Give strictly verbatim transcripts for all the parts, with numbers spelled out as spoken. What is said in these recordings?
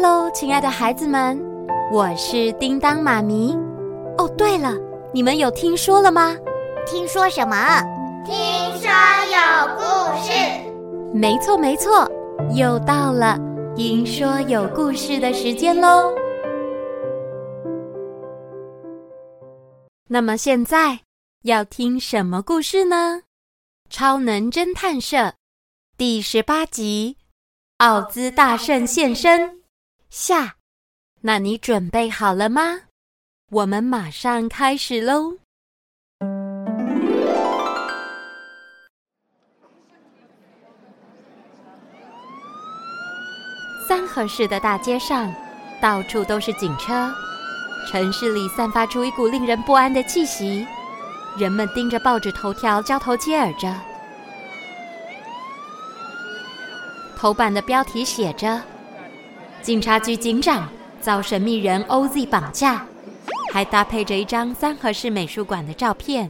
Hello， 亲爱的孩子们，我是叮当妈咪。哦，对了，你们有听说了吗？ 听说什么？ 听说有故事。 没错没错，又到了听说有故事的时间咯。那么现在要听什么故事呢？超能侦探社第十八集，奥兹大圣现身下。那你准备好了吗？我们马上开始咯。三河市的大街上，到处都是警车，城市里散发出一股令人不安的气息，人们盯着报纸头条交头接耳着。头版的标题写着：警察局警长遭神秘人 O Z 绑架，还搭配着一张三河市美术馆的照片。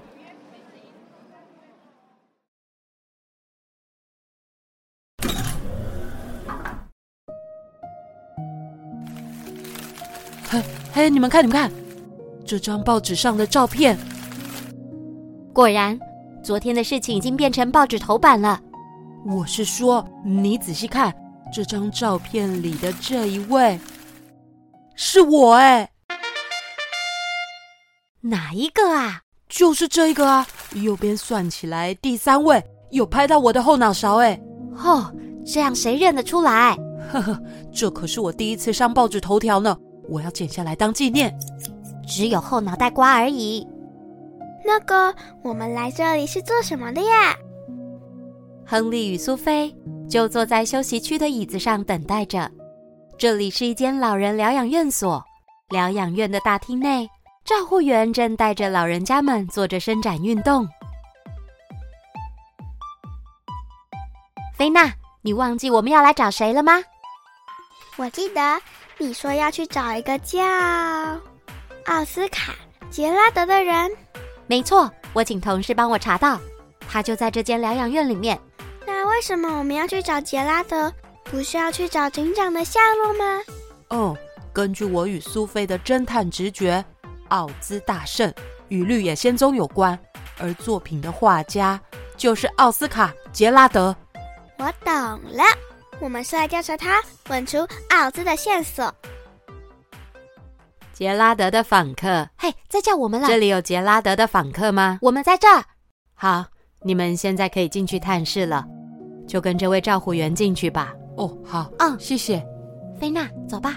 嘿，嘿，你们看，你们看，这张报纸上的照片。 果然，昨天的事情已经变成报纸头版了。 我是说，你仔细看，这张照片里的这一位，是我哎！ 哪一个啊？ 就是这个啊！右边算起来第三位，有拍到我的后脑勺哎！ 哦，这样谁认得出来？ 呵呵，这可是我第一次上报纸头条呢。我要剪下来当纪念。 只有后脑袋瓜而已。 那个，我们来这里是做什么的呀？ 亨利与苏菲就坐在休息区的椅子上等待着。这里是一间老人疗养院所，疗养院的大厅内，照护员正带着老人家们做着伸展运动。菲娜，你忘记我们要来找谁了吗？ 我记得你说要去找一个叫奥斯卡·杰拉德的人。 没错，我请同事帮我查到，他就在这间疗养院里面。 那为什么我们要去找杰拉德，不是要去找警长的下落吗？ 哦，根据我与苏菲的侦探直觉，奥兹大圣与绿野仙踪有关，而作品的画家就是奥斯卡·杰拉德。 我懂了，我们是来调查他，问出奥兹的线索。 杰拉德的访客，嘿，在叫我们了。这里有杰拉德的访客吗？我们在这儿。好，你们现在可以进去探视了，就跟这位照护员进去吧。 哦，好， 嗯， 谢谢。 菲娜，走吧。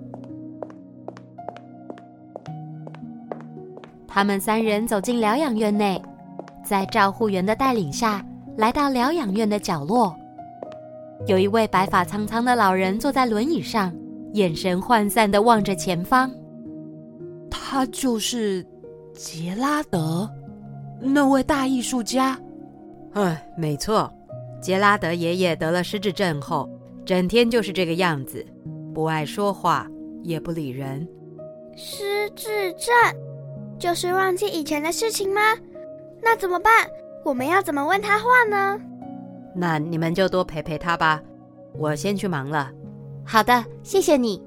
他们三人走进疗养院内，在照护员的带领下，来到疗养院的角落。有一位白发苍苍的老人坐在轮椅上，眼神涣散地望着前方。 他就是杰拉德，那位大艺术家。 哎，没错，杰拉德爷爷得了失智症后，整天就是这个样子，不爱说话，也不理人。 失智症就是忘记以前的事情吗？那怎么办？我们要怎么问他话呢？ 那你们就多陪陪他吧，我先去忙了。好的，谢谢你。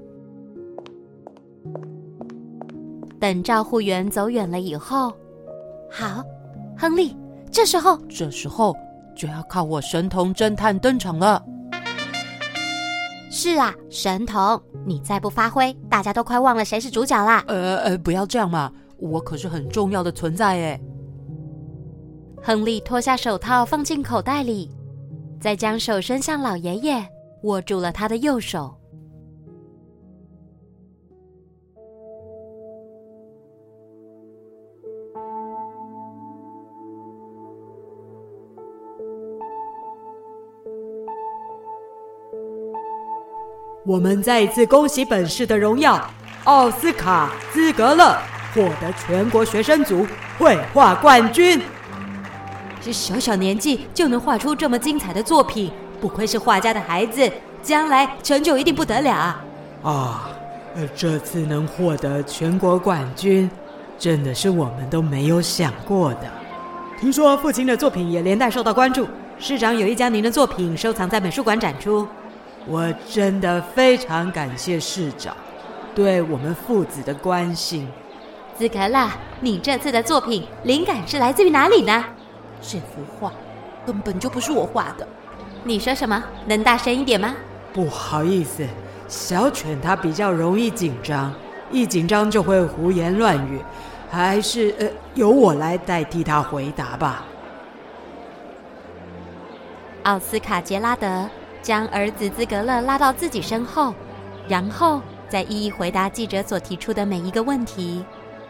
等照护员走远了以后，好，亨利，这时候这时候就要靠我神童侦探登场了。 是啊，神童，你再不发挥，大家都快忘了谁是主角啦。 呃呃，不要这样嘛，我可是很重要的存在耶。 亨利脱下手套放进口袋里，再将手伸向老爷爷，握住了他的右手。 我们再一次恭喜本市的荣耀奥斯卡·兹格勒获得全国学生组绘画冠军。 这小小年纪就能画出这么精彩的作品，不愧是画家的孩子，将来成就一定不得了啊！ 啊，这次能获得全国冠军，真的是我们都没有想过的。听说父亲的作品也连带受到关注，市长有意将您的作品收藏在美术馆展出。 我真的非常感谢市长对我们父子的关心。 兹格勒，你这次的作品灵感是来自于哪里呢？ 这幅画根本就不是我画的。 你说什么？能大声一点吗？ 不好意思，小犬它比较容易紧张，一紧张就会胡言乱语，还是呃由我来代替它回答吧。 奥斯卡杰拉德将儿子兹格勒拉到自己身后，然后再一一回答记者所提出的每一个问题。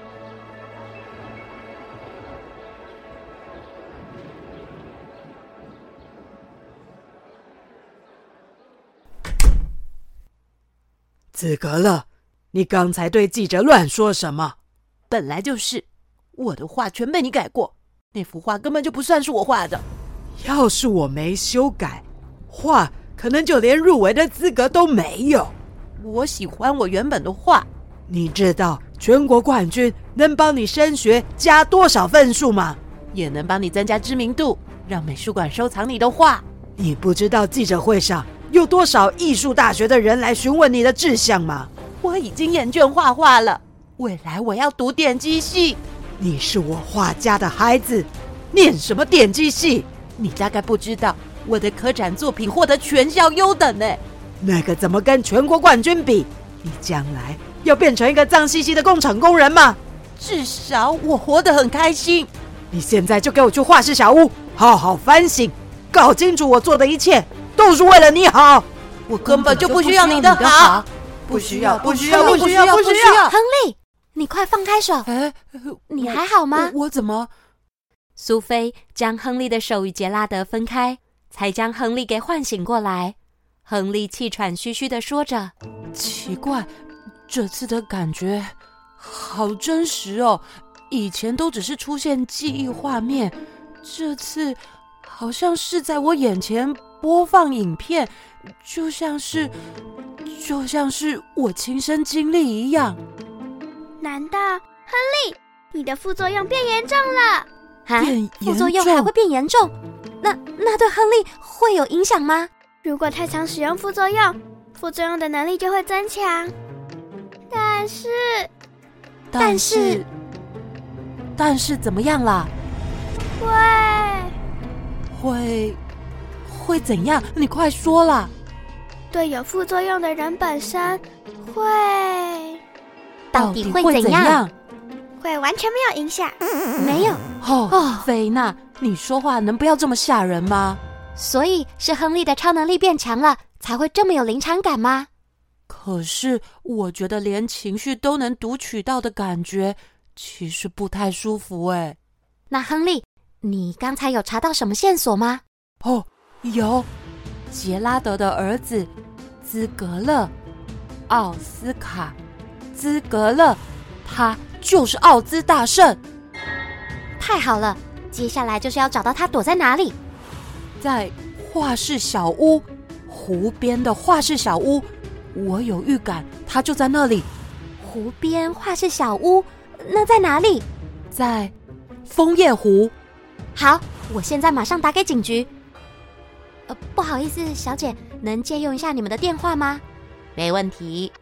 兹格勒，你刚才对记者乱说什么？ 本来就是，我的画全被你改过，那幅画根本就不算是我画的。 要是我没修改，画可能就连入围的资格都没有。 我喜欢我原本的画。 你知道全国冠军能帮你升学加多少分数吗？ 也能帮你增加知名度，让美术馆收藏你的画。 你不知道记者会上有多少艺术大学的人来询问你的志向吗？ 我已经厌倦画画了，未来我要读电机系。 你是我画家的孩子，念什么电机系？ 你大概不知道，我的科展作品获得全校优等呢。 那个怎么跟全国冠军比？你将来要变成一个脏兮兮的工厂工人吗？ 至少我活得很开心。 你现在就给我去画室小屋，好好反省，搞清楚我做的一切都是为了你好。 我根本就不需要你的好，不需要，不需要，不需要，不需要。 亨利，你快放开手！ 哎， 你还好吗？ 我, 我怎么？ 苏菲将亨利的手与杰拉德分开，才将亨利给唤醒过来。亨利气喘吁吁地说着：“ 奇怪，这次的感觉好真实哦，以前都只是出现记忆画面，这次好像是在我眼前播放影片，就像是就像是我亲身经历一样。” 难道亨利，你的副作用变严重了？ 啊，副作用还会变严重？那那对亨利会有影响吗？ 如果太常使用副作用，副作用的能力就会增强。但是， 但是，但是怎么样啦？ 会， 会，会怎样？你快说啦！ 对有副作用的人本身会， 到底会怎样？ 会完全没有影响。 没有哦，哦菲娜，你说话能不要这么吓人吗？ 所以是亨利的超能力变强了，才会这么有临场感吗？ 可是我觉得连情绪都能读取到的感觉，其实不太舒服哎。 那亨利，你刚才有查到什么线索吗？ 哦，有，杰拉德的儿子兹格勒，奥斯卡兹格勒，他就是奥兹大圣。 太好了，接下来就是要找到他躲在哪里。 在画室小屋，湖边的画室小屋，我有预感他就在那里。 湖边画室小屋，那在哪里？ 在枫叶湖。 好，我现在马上打给警局。呃，不好意思，小姐，能借用一下你们的电话吗？ 没问题。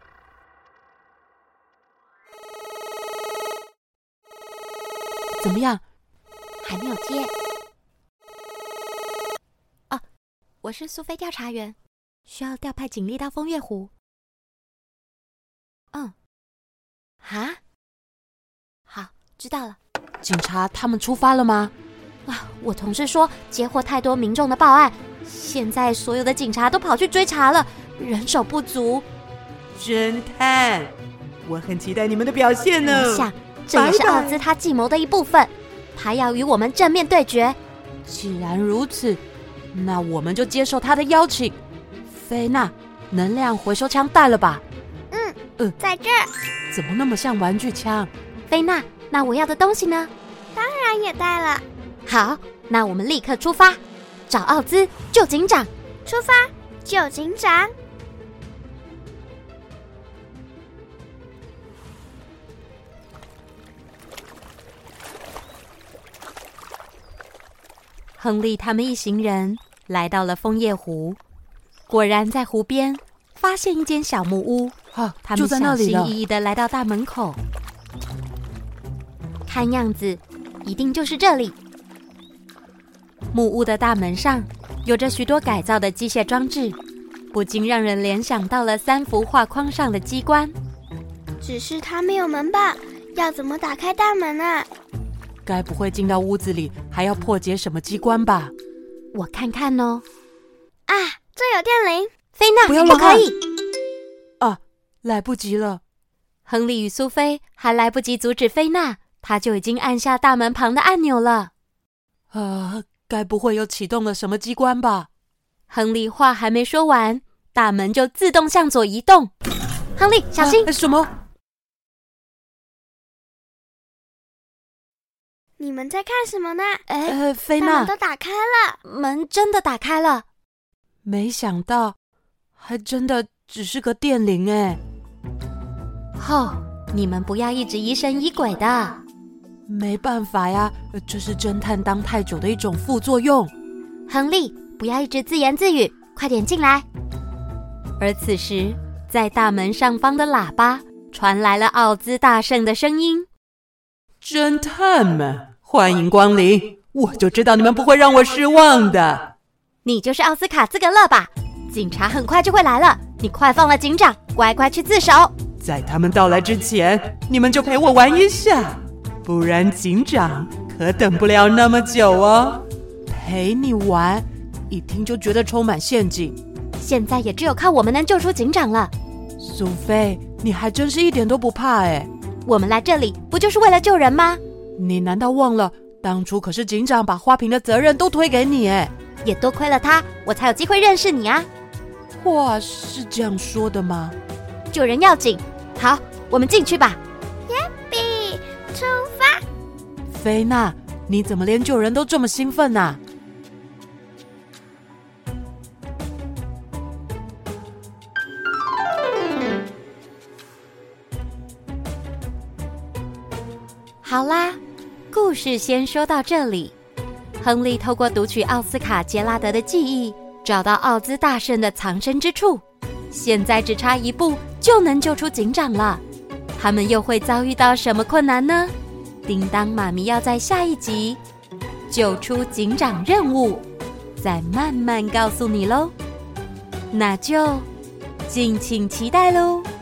怎么样？ 还没有接。哦，我是苏菲调查员，需要调派警力到枫叶湖。嗯，啊，好，知道了。 警察他们出发了吗？ 啊，我同事说接获太多民众的报案，现在所有的警察都跑去追查了，人手不足。 侦探，我很期待你们的表现呢。 我想这也是奥兹他计谋的一部分，他要与我们正面对决。 既然如此，那我们就接受他的邀请。菲娜，能量回收枪带了吧？ 嗯嗯， 在这儿。 怎么那么像玩具枪？ 菲娜，那我要的东西呢？ 当然也带了。 好，那我们立刻出发，找奥兹救警长。 出发，救警长。 亨利他们一行人来到了枫叶湖， 果然在湖边发现一间小木屋。 啊， 他们就在那小里了。 心翼翼地来到大门口，看样子一定就是这里。木屋的大门上有着许多改造的机械装置，不禁让人联想到了三幅画框上的机关。 只是它没有门把，要怎么打开大门啊？ 该不会进到屋子里还要破解什么机关吧？ 我看看哦。 啊，这有电铃！ 菲娜， 不要乱按不可以！ 啊，来不及了。 亨利与苏菲还来不及阻止菲娜，她就已经按下大门旁的按钮了。 啊，该不会又启动了什么机关吧？ 亨利话还没说完，大门就自动向左移动。亨利，小心！ 啊，什么？ 你们在看什么呢？ 哎， 呃，菲娜大门，都打开了。 门真的打开了。 没想到，还真的只是个电铃哎。 吼、哦，你们不要一直疑神疑鬼的。 没办法呀，这是侦探当太久的一种副作用。 亨利，不要一直自言自语，快点进来。而此时，在大门上方的喇叭传来了奥兹大圣的声音：“ 侦探们，欢迎光临！我就知道你们不会让我失望的。 你就是奥斯卡·兹格勒吧？警察很快就会来了，你快放了警长，乖乖去自首。 在他们到来之前，你们就陪我玩一下，不然警长可等不了那么久哦。 陪你玩，一听就觉得充满陷阱。 现在也只有靠我们能救出警长了。 苏菲，你还真是一点都不怕哎。 我们来这里不就是为了救人吗？ 你难道忘了，当初可是警长把花瓶的责任都推给你哎。 也多亏了他，我才有机会认识你啊。 话是这样说的吗？ 救人要紧。好，我们进去吧。 耶比，出发！ 菲娜，你怎么连救人都这么兴奋啊？ 好啦，故事先说到这里。亨利透过读取奥斯卡·杰拉德的记忆，找到奥兹大圣的藏身之处，现在只差一步就能救出警长了。他们又会遭遇到什么困难呢？叮当妈咪要在下一集救出警长任务，再慢慢告诉你喽。那就敬请期待喽。